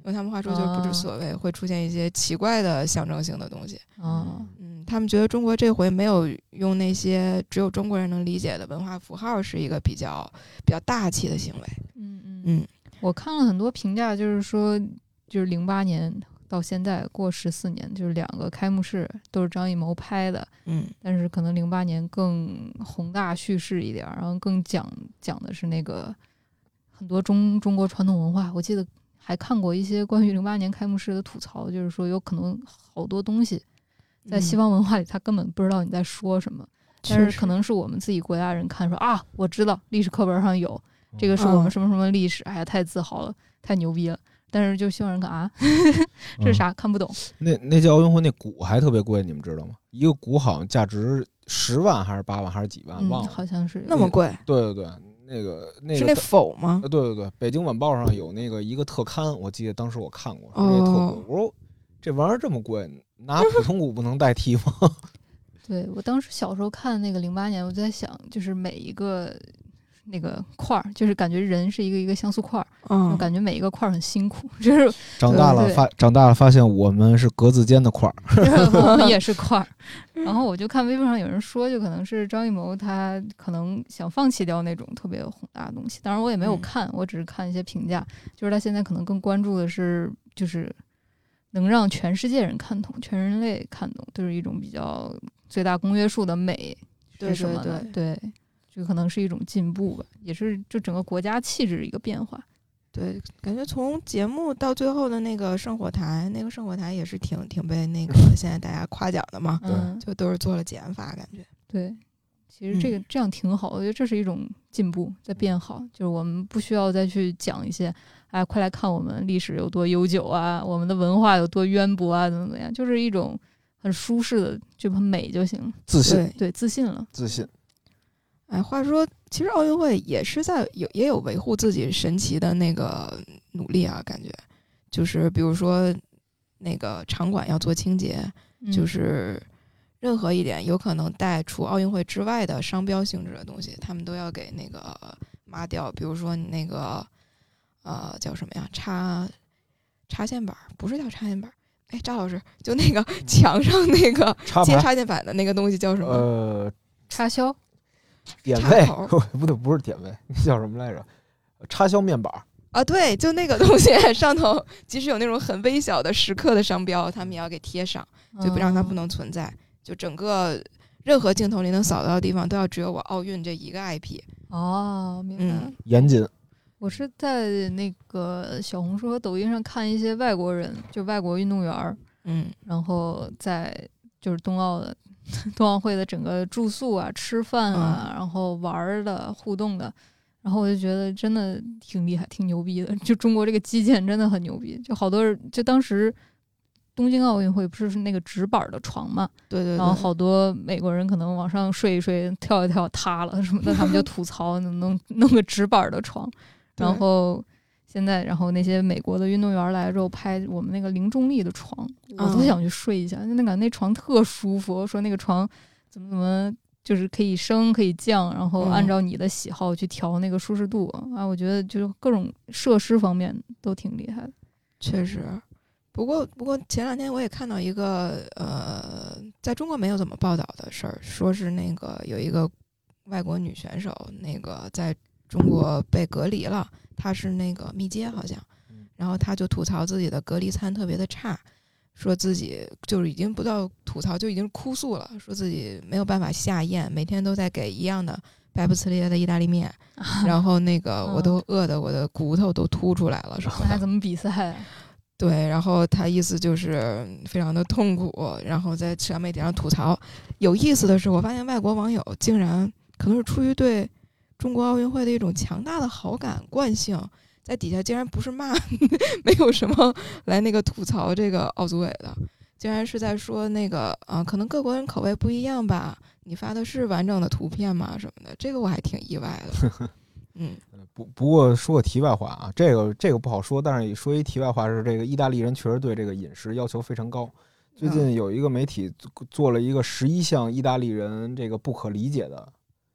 Speaker 1: 用他们话说就是不知所谓，会出现一些奇怪的象征性的东西。他们觉得中国这回没有用那些只有中国人能理解的文化符号，是一个比较大气的行为。
Speaker 3: 我看了很多评价，就是说，就是08年到现在过14年，就是2个开幕式都是张艺谋拍的，但是可能08年更宏大叙事一点，然后更讲的是那个很多中国传统文化。我记得还看过一些关于08年开幕式的吐槽，就是说有可能好多东西在西方文化里他根本不知道你在说什么，但是可能是我们自己国家人看说啊，我知道历史课本上有这个是我们什么什么历史，哎呀太自豪了，太牛逼了，但是就希望人看啊这是啥看不懂。
Speaker 2: 那届奥运会那鼓还特别贵，你们知道吗？一个鼓好像价值10万还是8万还是几万，忘了，
Speaker 3: 好像是
Speaker 1: 那么贵。
Speaker 2: 对，那个
Speaker 1: 是那否吗？
Speaker 2: 对，北京晚报上有那个一个特刊，我记得当时我看过，说这特贵。我说这玩意儿这么贵，拿普通鼓不能代替吗？
Speaker 3: 对，我当时小时候看那个08年，我就在想，就是每一个那个块儿，就是感觉人是一个一个像素块儿，我感觉每一个块儿很辛苦，就是
Speaker 2: 长大了发现我们是格子间的块儿，
Speaker 3: 我们也是块儿。然后我就看微博上有人说，就可能是张艺谋他可能想放弃掉那种特别宏大的东西，当然我也没有看，我只是看一些评价，就是他现在可能更关注的是就是能让全世界人看懂，全人类看懂，就是一种比较最大公约数的美是什么的。对，这可能是一种进步吧，也是就整个国家气质一个变化。
Speaker 1: 对，感觉从节目到最后的那个圣火台，那个圣火台也是挺被那个现在大家夸奖的嘛，就都是做了减法，感觉。
Speaker 3: 对，其实这样挺好，我觉得这是一种进步，在变好，就是我们不需要再去讲一些，哎，快来看我们历史有多悠久啊，我们的文化有多渊博啊，怎么样，就是一种很舒适的，就很美就行了，
Speaker 2: 自信，
Speaker 3: 对，自信了，
Speaker 2: 自信。
Speaker 1: 哎，话说，其实奥运会也是也有维护自己神奇的那个努力啊，感觉就是比如说那个场馆要做清洁，就是任何一点有可能带出奥运会之外的商标性质的东西，他们都要给那个抹掉。比如说你那个叫什么呀？插线板，不是叫插线板。哎，张老师，就那个墙上那个接插线板的那个东西叫什么？
Speaker 3: 插销。
Speaker 2: 点位不是点位，叫什么来着？插销面板
Speaker 1: 啊，对，就那个东西上头，即使有那种很微小的时刻的商标，他们也要给贴上，就不让它不能存在。就整个任何镜头里能扫到的地方，都要只有我奥运这一个 IP。
Speaker 3: 哦，明白。
Speaker 2: 严谨。
Speaker 3: 我是在那个小红书和抖音上看一些外国人，就外国运动员，然后在就是冬奥会的整个住宿啊、吃饭啊，然后玩的、互动的，然后我就觉得真的挺厉害、挺牛逼的。就中国这个基建真的很牛逼，就好多人，就当时东京奥运会不是那个直板的床嘛，
Speaker 1: 对，
Speaker 3: 然后好多美国人可能往上睡一睡、跳一跳塌了什么的，他们就吐槽弄个直板的床，然后。现在，然后那些美国的运动员来之后拍我们那个零重力的床，我都想去睡一下。那感觉那床特舒服，说那个床怎么就是可以升可以降，然后按照你的喜好去调那个舒适度啊。我觉得就是各种设施方面都挺厉害的。
Speaker 1: 确实，不过前两天我也看到一个在中国没有怎么报道的事儿，说是那个有一个外国女选手那个在中国被隔离了。他是那个密接好像，然后他就吐槽自己的隔离餐特别的差，说自己就是已经不到吐槽，就已经哭诉了，说自己没有办法下咽，每天都在给一样的白不呲咧的意大利面，然后那个我都饿得我的骨头都凸出来了什么的。
Speaker 3: 还怎么比赛啊？
Speaker 1: 对，然后他意思就是非常的痛苦，然后在社交媒体上吐槽。有意思的是，我发现外国网友竟然可能是出于对中国奥运会的一种强大的好感惯性，在底下竟然不是骂没有什么来那个吐槽这个奥组委的，竟然是在说那个可能各国人口味不一样吧，你发的是完整的图片吗什么的，这个我还挺意外的。
Speaker 2: 不过说个题外话啊，这个不好说，但是说一题外话是，这个意大利人确实对这个饮食要求非常高。最近有一个媒体做了一个11项意大利人这个不可理解的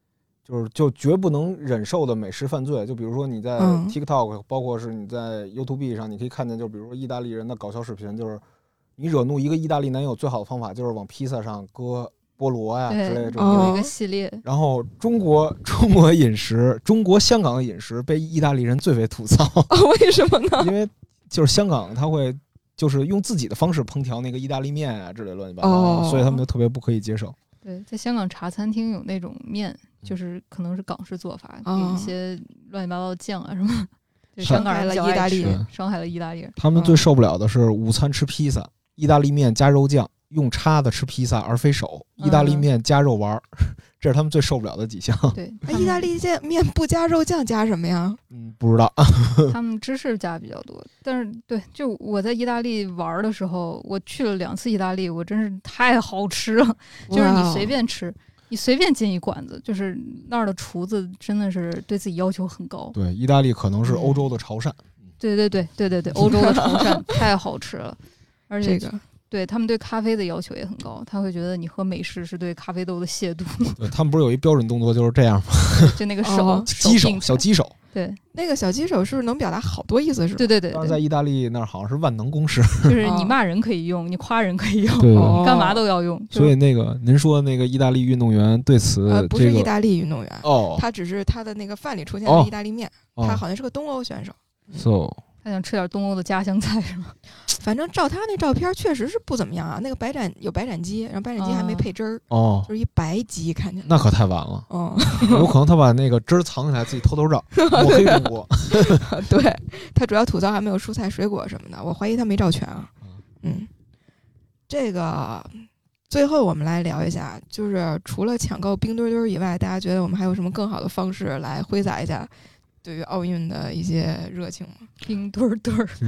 Speaker 2: 就绝不能忍受的美食犯罪。就比如说你在 TikTok，包括是你在 YouTube 上，你可以看见，就比如说意大利人的搞笑视频，就是你惹怒一个意大利男友最好的方法就是往披萨上搁菠萝呀之类的这种。
Speaker 3: 有一个系列。
Speaker 2: 然后中国饮食，香港的饮食被意大利人最为吐槽。
Speaker 1: 为什么呢？
Speaker 2: 因为就是香港他会就是用自己的方式烹调那个意大利面啊之类乱七八糟，所以他们就特别不可以接受。
Speaker 3: 对，在香港茶餐厅有那种面，就是可能是港式做法，给一些乱七八糟的酱啊什么。香港人
Speaker 1: 意大利人，
Speaker 3: 伤害了意大利人。
Speaker 2: 他们最受不了的是午餐吃披萨，意大利面加肉酱，用叉子吃披萨而非手，意大利面加肉丸，这是他们最受不了的几项。
Speaker 3: 对，
Speaker 1: 意大利面不加肉酱加什么呀？
Speaker 2: 不知道。
Speaker 3: 他们芝士加比较多，但是对，就我在意大利玩的时候，我去了2次意大利，我真是太好吃了，就是你随便吃。你随便进一馆子，就是那儿的厨子真的是对自己要求很高。
Speaker 2: 对，意大利可能是欧洲的潮汕。
Speaker 3: 对，欧洲的潮汕太好吃了，而且对他们对咖啡的要求也很高，他会觉得你喝美式是对咖啡豆的亵渎。
Speaker 2: 对，他们不是有一标准动作就是这样吗？
Speaker 3: 就那个
Speaker 2: 小鸡手。
Speaker 3: 对，
Speaker 1: 那个小鸡手是不是能表达好多意思？是吧？
Speaker 3: 对。
Speaker 2: 当然，在意大利那儿好像是万能公式，
Speaker 3: 就是你骂人可以用，你夸人可以用，干嘛都要用。
Speaker 2: 所以那个您说那个意大利运动员对此，
Speaker 1: 不是意大利运动员
Speaker 2: 哦，
Speaker 1: 他只是他的那个饭里出现了意大利面，他好像是个东欧选手。
Speaker 3: 他想吃点东欧的家乡菜是吗？
Speaker 1: 反正照他那照片确实是不怎么样啊。那个有白斩鸡，然后白斩鸡还没配汁儿，就是一白鸡，看起来
Speaker 2: 那可太晚了。有可能他把那个汁儿藏起来，自己偷偷照，抹黑中国。
Speaker 1: 对，他主要吐槽还没有蔬菜水果什么的，我怀疑他没照全啊。这个最后我们来聊一下，就是除了抢购冰墩墩以外，大家觉得我们还有什么更好的方式来挥洒一下对于奥运的一些热情吗？
Speaker 3: 冰墩墩儿，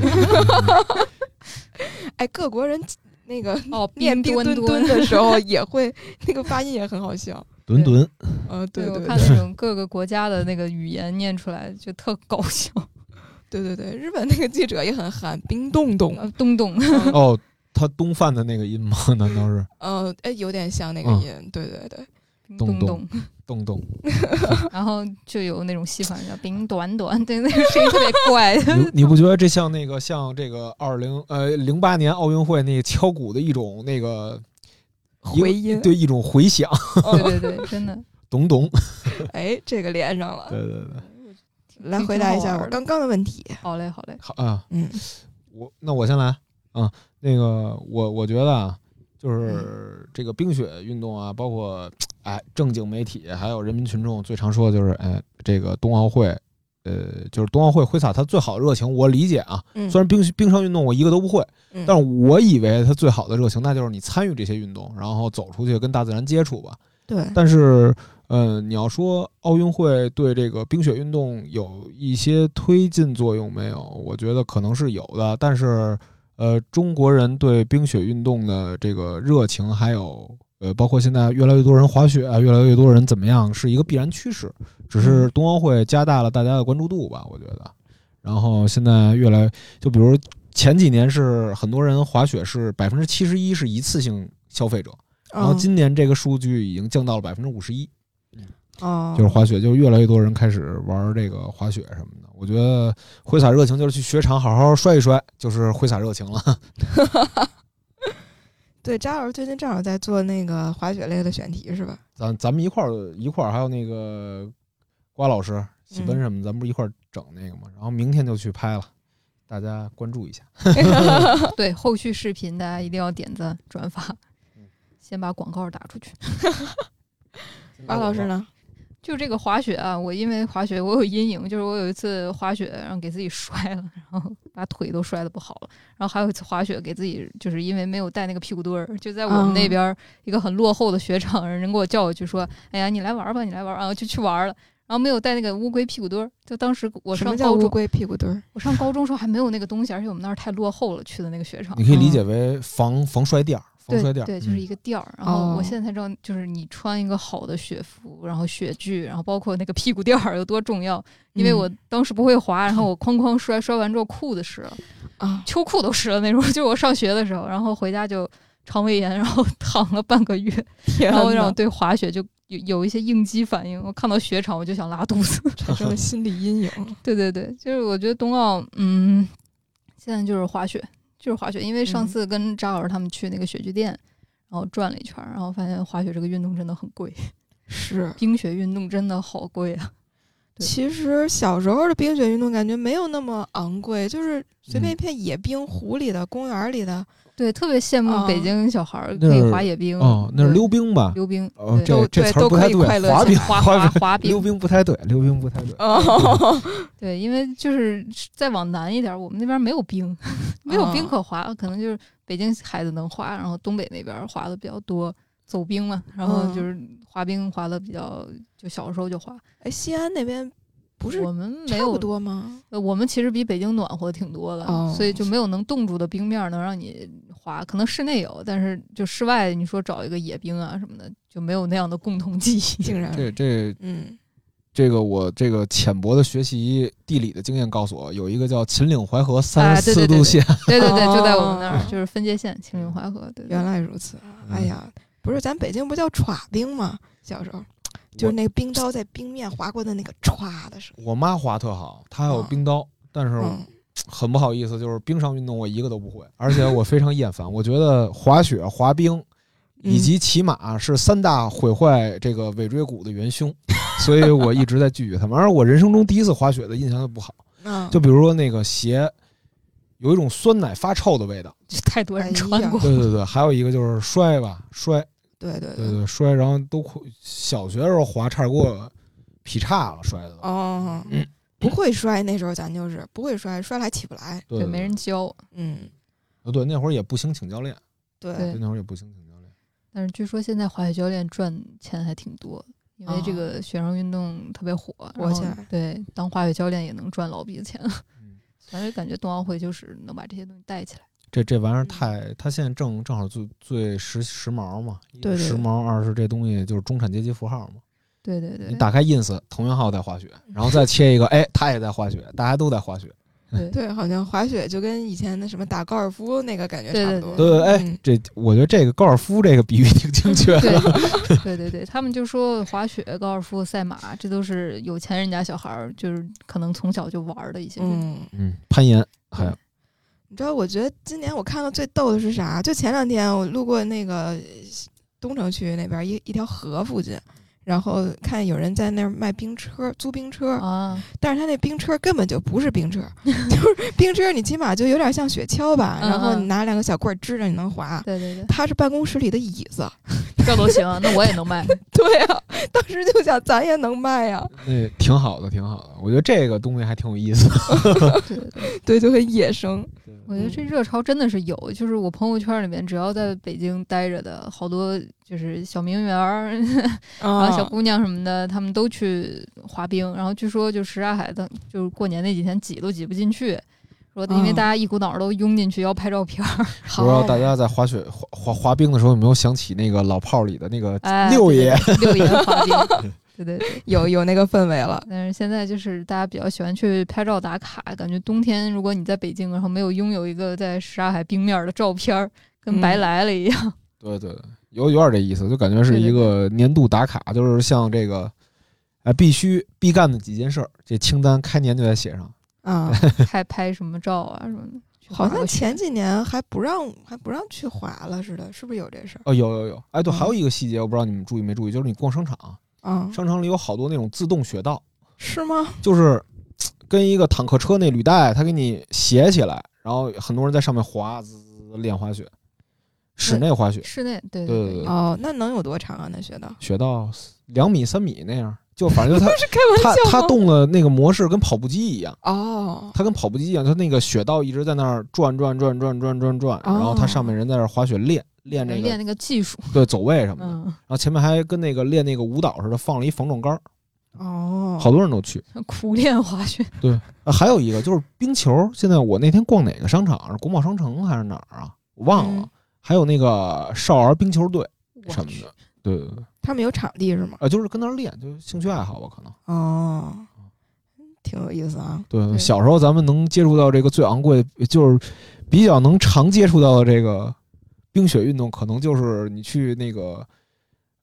Speaker 1: 哎，各国人那个
Speaker 3: 念
Speaker 1: 冰墩墩的时候也会那个发音也很好笑，
Speaker 2: 墩墩。
Speaker 1: 对，
Speaker 3: 我看那种各个国家的那个语言念出来就特搞笑。
Speaker 1: 对，日本那个记者也很憨，冰冻冻
Speaker 3: 东东。
Speaker 2: 他东饭的那个音吗？难道是？
Speaker 1: 有点像那个音。对，
Speaker 3: 东
Speaker 2: 东。
Speaker 3: 然后就有那种戏法叫冰短短，对，那个声音特别怪。
Speaker 2: 你不觉得这像这个08年奥运会那个敲鼓的一种那个
Speaker 1: 回音？
Speaker 2: 对，一种回响。
Speaker 3: 对，真的。
Speaker 2: 懂。
Speaker 1: 哎，这个连上了。
Speaker 2: 对。
Speaker 1: 来回答一下我刚刚的问题。
Speaker 3: 好嘞。
Speaker 2: 好啊。我先来啊。那个我觉得啊，就是这个冰雪运动啊，包括正经媒体还有人民群众最常说的就是这个冬奥会，就是冬奥会挥洒它最好的热情。我理解啊，虽然冰上运动我一个都不会，但是我以为它最好的热情那就是你参与这些运动，然后走出去跟大自然接触吧。
Speaker 1: 对。
Speaker 2: 但是你要说奥运会对这个冰雪运动有一些推进作用没有？我觉得可能是有的，但是中国人对冰雪运动的这个热情，还有包括现在越来越多人滑雪越来越多人怎么样，是一个必然趋势。只是冬奥会加大了大家的关注度吧，我觉得。然后现在就比如前几年是很多人滑雪是71%是一次性消费者，然后今年这个数据已经降到了51%。就是滑雪，就越来越多人开始玩这个滑雪什么的。我觉得挥洒热情就是去雪场好好摔一摔，就是挥洒热情了。
Speaker 1: 对，张老师最近正好在做那个滑雪类的选题是吧？
Speaker 2: 咱们一块儿，还有那个瓜老师、喜奔什么，咱们不是一块儿整那个吗？然后明天就去拍了，大家关注一下。
Speaker 3: 对，后续视频大家一定要点赞转发，先把广告打出去。
Speaker 1: 瓜老师呢？
Speaker 3: 就这个滑雪啊，我因为滑雪我有阴影，就是我有一次滑雪然后给自己摔了，然后把腿都摔得不好了，然后还有一次滑雪给自己就是因为没有带那个屁股墩儿，就在我们那边一个很落后的雪场，人给我叫我去说，哎呀你来玩吧，你来玩，然后就去玩了，然后没有带那个乌龟屁股墩儿，就当时我上高中，什么叫
Speaker 1: 乌龟屁股墩儿？
Speaker 3: 我上高中时候还没有那个东西，而且我们那儿太落后了，去的那个雪场。
Speaker 2: 你可以理解为防摔垫。
Speaker 3: 对，就是一个垫儿。然后我现在才知道，就是你穿一个好的雪服，然后雪具，然后包括那个屁股垫儿有多重要。因为我当时不会滑，然后我哐哐摔完之后裤子湿了，秋裤都湿了那种。就是我上学的时候，然后回家就肠胃炎，然后躺了半个月，然后让我对滑雪就有一些应激反应，我看到雪场我就想拉肚子，
Speaker 1: 产生了心理阴影。
Speaker 3: 对对对，就是我觉得冬奥，现在就是滑雪，因为上次跟扎老师他们去那个雪具店，然后转了一圈，然后发现滑雪这个运动真的很贵，
Speaker 1: 是
Speaker 3: 冰雪运动真的好贵啊。
Speaker 1: 其实小时候的冰雪运动感觉没有那么昂贵，就是随便一片野冰，湖里的、公园里的。
Speaker 3: 对，特别羡慕北京小孩可以滑野冰。
Speaker 2: 哦，那是溜冰吧？
Speaker 3: 溜冰。
Speaker 2: 哦，这词儿不太对。滑冰，
Speaker 3: 滑冰。
Speaker 2: 溜冰不太对，溜冰不太对。
Speaker 3: 哦，对，因为就是再往南一点，我们那边没有冰，没有冰可滑，可能就是北京孩子能滑，然后东北那边滑的比较多，走冰嘛，然后就是滑冰滑的比较，就小时候就滑。
Speaker 1: 哎，西安那边不是
Speaker 3: 我们没有
Speaker 1: 差不多吗？
Speaker 3: 我们其实比北京暖和挺多的，所以就没有能冻住的冰面能让你滑。可能室内有，但是就室外，你说找一个野冰啊什么的，就没有那样的共同记忆。
Speaker 1: 竟然
Speaker 2: 这个我这个浅薄的学习地理的经验告诉我，有一个叫秦岭淮河34度线。
Speaker 3: 对，就在我们那儿，就是分界线，秦岭淮河。对，
Speaker 1: 原来如此。哎呀，不是咱北京不叫歘冰吗？小时候。就是那个冰刀在冰面划过的那个歘的声音。
Speaker 2: 我妈滑特好，她还有冰刀，但是很不好意思，就是冰上运动我一个都不会，而且我非常厌烦。我觉得滑雪、滑冰以及骑马是3大毁坏这个尾椎骨的元凶，所以我一直在拒绝他们。而我人生中第一次滑雪的印象就不好，就比如说那个鞋有一种酸奶发臭的味道，
Speaker 3: 太多人穿过。
Speaker 2: 对，还有一个就是摔。
Speaker 1: 对，
Speaker 2: 摔，然后都小学的时候滑，差点给我劈叉了，摔的。
Speaker 1: 哦，不会摔，那时候咱就是不会摔，摔了还起不来。
Speaker 3: 对，没人教。
Speaker 2: 对，那会儿也不兴请教练。
Speaker 1: 对，
Speaker 2: 那会儿也不兴请教练。
Speaker 3: 但是据说现在滑雪教练赚钱还挺多的，因为这个雪上运动特别火
Speaker 1: 起来。
Speaker 3: 对，当滑雪教练也能赚老笔钱。反正感觉冬奥会就是能把这些东西带起来。
Speaker 2: 这玩意儿它现在正好最时髦嘛，
Speaker 1: 对，
Speaker 2: 时髦。二是这东西就是中产阶级符号嘛。
Speaker 3: 对，
Speaker 2: 你打开 ins， 童云浩在滑雪，然后再切一个，哎，他也在滑雪，大家都在滑雪。
Speaker 1: 对，好像滑雪就跟以前的什么打高尔夫那个感觉差不多。
Speaker 2: 对，哎，我觉得这个高尔夫这个比喻挺精确的。
Speaker 3: 对，他们就说滑雪、高尔夫、赛马，这都是有钱人家小孩就是可能从小就玩的一些运动。
Speaker 2: 攀岩还有。
Speaker 1: 你知道，我觉得今年我看到最逗的是啥？就前2天我路过那个东城区那边一条河附近，然后看有人在那儿卖冰车，租冰车啊，但是他那冰车根本就不是冰车，就是冰车你起码就有点像雪橇吧，然后你拿2个小棍支着你能滑。
Speaker 3: 对，
Speaker 1: 它是办公室里的椅子，
Speaker 3: 这都行，那我也能卖。
Speaker 1: 对啊，当时就想咱也能卖呀。
Speaker 2: 挺好的。我觉得这个东西还挺有意思。
Speaker 1: 对，就很野生。
Speaker 3: 我觉得这热潮真的是有，就是我朋友圈里面只要在北京待着的好多就是小名媛然后小姑娘什么的，他们都去滑冰，然后据说就什刹海的，就是过年那几天挤都挤不进去，说因为大家一股脑都拥进去要拍照片。
Speaker 2: 不知道大家在滑冰的时候有没有想起那个老炮里的那个六爷
Speaker 3: 滑冰。对，
Speaker 1: 有那个氛围了。
Speaker 3: 但是现在就是大家比较喜欢去拍照打卡，感觉冬天如果你在北京，然后没有拥有一个在什刹海冰面的照片，跟白来了一样。
Speaker 2: 对，有点这意思，就感觉是一个年度打卡，就是像这个必须必干的几件事，这清单开年就得写上
Speaker 1: 啊。
Speaker 3: 拍什么照啊什么的。
Speaker 1: 好像前几年还不让去滑了似的，是不是有这事儿？
Speaker 2: 哦，有。哎，对，还有一个细节，我不知道你们注意没注意，就是你逛商场。商场里有好多那种自动雪道，
Speaker 1: 是吗？就是
Speaker 2: 跟一个坦克车那履带，它给你斜起来，然后很多人在上面滑，练滑雪，室内滑雪，
Speaker 3: 室内对。
Speaker 1: 哦，那能有多长啊？那雪道
Speaker 2: 2米3米那样，就反正就
Speaker 1: 是开玩笑
Speaker 2: 它动的那个模式跟跑步机一样。
Speaker 1: 哦，
Speaker 2: 它跟跑步机一样，它那个雪道一直在那儿转，然后它上面人在那儿滑雪练
Speaker 3: 那个技术，
Speaker 2: 对，走位什么的。然后前面还跟那个练那个舞蹈似的，放了一防撞杆。好多人都去
Speaker 3: 苦练滑雪。
Speaker 2: 对，还有一个就是冰球。现在我那天逛哪个商场？是国贸商城还是哪儿啊？我忘了。还有那个少儿冰球队什么的。对，
Speaker 1: 他们有场地是吗？
Speaker 2: 就是跟那儿练，就是兴趣爱好吧，可能。
Speaker 1: 挺有意思啊。
Speaker 2: 对，小时候咱们能接触到这个最昂贵的，就是比较能常接触到的这个冰雪运动，可能就是你去那个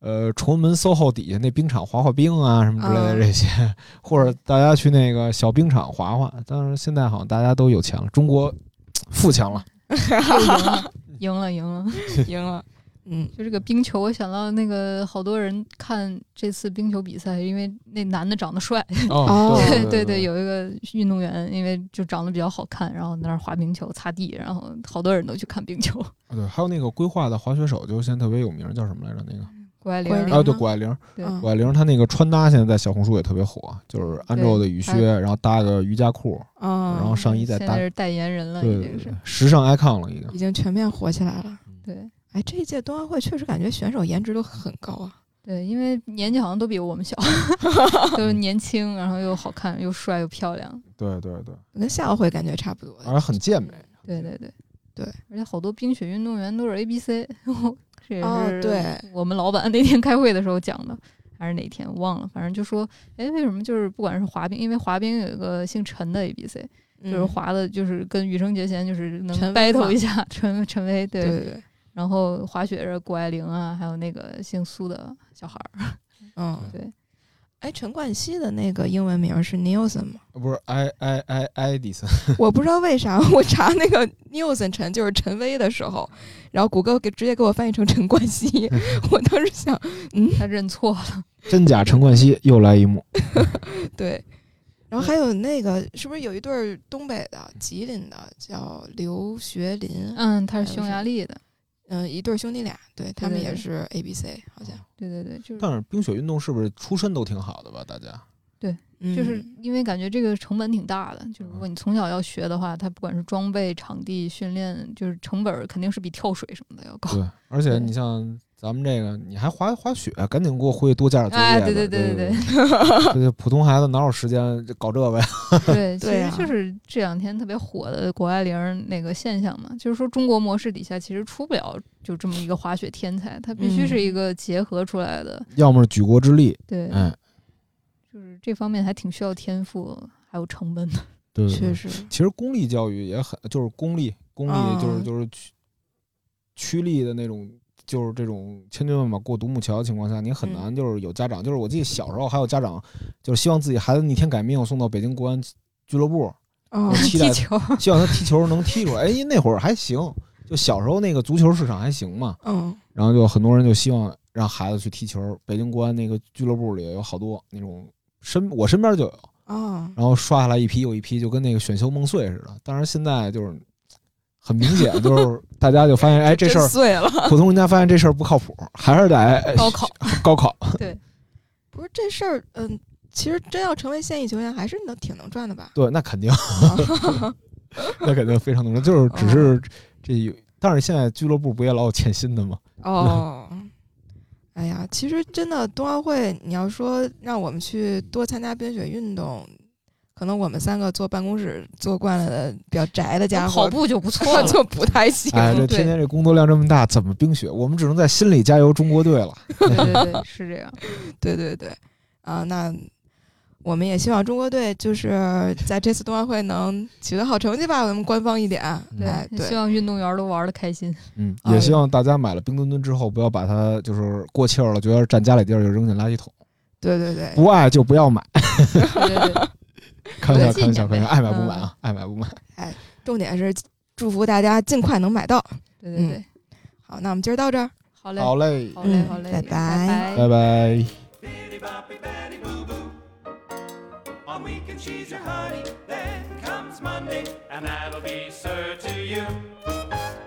Speaker 2: 崇文门 SOHO 底下那冰场滑滑冰啊什么之类的这些，或者大家去那个小冰场滑滑。但是现在好像大家都有钱了，中国富强了，
Speaker 3: 赢了。就这个冰球，我想到那个好多人看这次冰球比赛，因为那男的长得帅。对，有一个运动员，因为就长得比较好看，然后在那儿滑冰球擦地，然后好多人都去看冰球。
Speaker 2: 对，还有那个规划的滑雪手，就现在特别有名，叫什么来着？那个
Speaker 3: 谷爱凌
Speaker 2: 对，谷爱凌。谷爱凌她那个穿搭现在在小红书也特别火，就是安卓的雨靴，然后搭个瑜伽裤，然后上衣再搭。
Speaker 3: 现在是代言人了，已经是
Speaker 2: 时尚 icon 了，
Speaker 1: 已经全面火起来了。
Speaker 3: 对。
Speaker 1: 这一届冬奥会确实感觉选手颜值都很高啊。
Speaker 3: 对，因为年纪好像都比我们小，都年轻，然后又好看，又帅又漂亮。
Speaker 2: 对，
Speaker 1: 跟夏奥会感觉差不多，
Speaker 2: 而且很健美。
Speaker 1: 对，
Speaker 3: 而且好多冰雪运动员都是 ABC， 这也是
Speaker 1: 对
Speaker 3: 我们老板那天开会的时候讲的，还是哪天我忘了，反正就说，为什么就是不管是滑冰，因为滑冰有一个姓陈的 ABC，就是滑的，就是跟羽生结弦就是能 battle 一下，陈威，对。然后滑雪是谷爱凌啊，还有那个姓苏的小孩儿。
Speaker 1: 对。陈冠希的那个英文名是 Nielsen 吗？
Speaker 2: 不是艾迪森。
Speaker 1: 我不知道为啥，我查那个 Nielsen 陈就是陈威的时候，然后谷歌直接给我翻译成陈冠希。我当时想，
Speaker 3: 他认错了。
Speaker 2: 真假陈冠希又来一幕。
Speaker 1: 对。然后还有那个是不是有一对东北的吉林的叫刘学林？
Speaker 3: 他是匈牙利的。
Speaker 1: 一对兄弟俩，对他们也是 ABC， 好像。
Speaker 3: 对，就是。
Speaker 2: 但是冰雪运动是不是出身都挺好的吧？大家。
Speaker 3: 对，就是因为感觉这个成本挺大的，就如果你从小要学的话，它不管是装备、场地、训练，就是成本肯定是比跳水什么的要高。
Speaker 2: 对，而且你像咱们这个，你还滑雪，赶紧给我回去多加点作业。对，普通孩子哪有时间搞这个呀？
Speaker 3: 对，其实就是这两天特别火的谷爱凌那个现象嘛，就是说中国模式底下其实出不了就这么一个滑雪天才，他必须是一个结合出来的，
Speaker 2: 要么是举国之力。
Speaker 3: 对，就是这方面还挺需要天赋还有成本的。
Speaker 2: 对，
Speaker 1: 确实。
Speaker 2: 其实公立教育也很，就是公立就是区立的那种。就是这种千军万马过独木桥的情况下，你很难就是有家长，就是我记得小时候还有家长就是希望自己孩子逆天改命送到北京国安俱乐部，期待希望他踢球能踢出来。那会儿还行，就小时候那个足球市场还行嘛。然后就很多人就希望让孩子去踢球，北京国安那个俱乐部里有好多那种我身边就有然后刷下来一批又一批，就跟那个选秀梦碎似的。当然现在就是很明显，就是大家就发现，这事儿
Speaker 1: 碎了。
Speaker 2: 普通人家发现这事儿不靠谱，还是得高考。
Speaker 3: 对，
Speaker 1: 不是这事儿，其实真要成为现役球员，还是挺能赚的吧？
Speaker 2: 对，那肯定，那肯定非常能赚，就是只是但是现在俱乐部不也老有欠薪的吗？
Speaker 1: 哎呀，其实真的冬奥会，你要说让我们去多参加冰雪运动。可能我们三个坐办公室坐惯了的比较宅的家伙，
Speaker 3: 跑步就不错了，
Speaker 1: 就不太行。
Speaker 2: 这天天这工作量这么大，怎么冰雪？我们只能在心里加油中国队了。
Speaker 3: 对，是这样。
Speaker 1: 对那我们也希望中国队就是在这次冬奥会能取得好成绩吧，我们官方一点。对，
Speaker 3: 希望运动员都玩得开心。
Speaker 2: 也希望大家买了冰墩墩之后，不要把它就是过气了，觉得占家里地儿就扔进垃圾桶。
Speaker 1: 对，
Speaker 2: 不爱就不要买。
Speaker 3: 对。
Speaker 2: 开玩笑，爱买不买啊，爱买不买。
Speaker 1: 重点是祝福大家尽快能买到。
Speaker 3: 对。
Speaker 1: 好，那我们今儿到这儿。
Speaker 3: 好嘞，
Speaker 2: 好嘞，
Speaker 1: 拜拜，
Speaker 2: 拜拜。
Speaker 4: On weekend she's your honey, then comes Monday, and that'll be sir to you.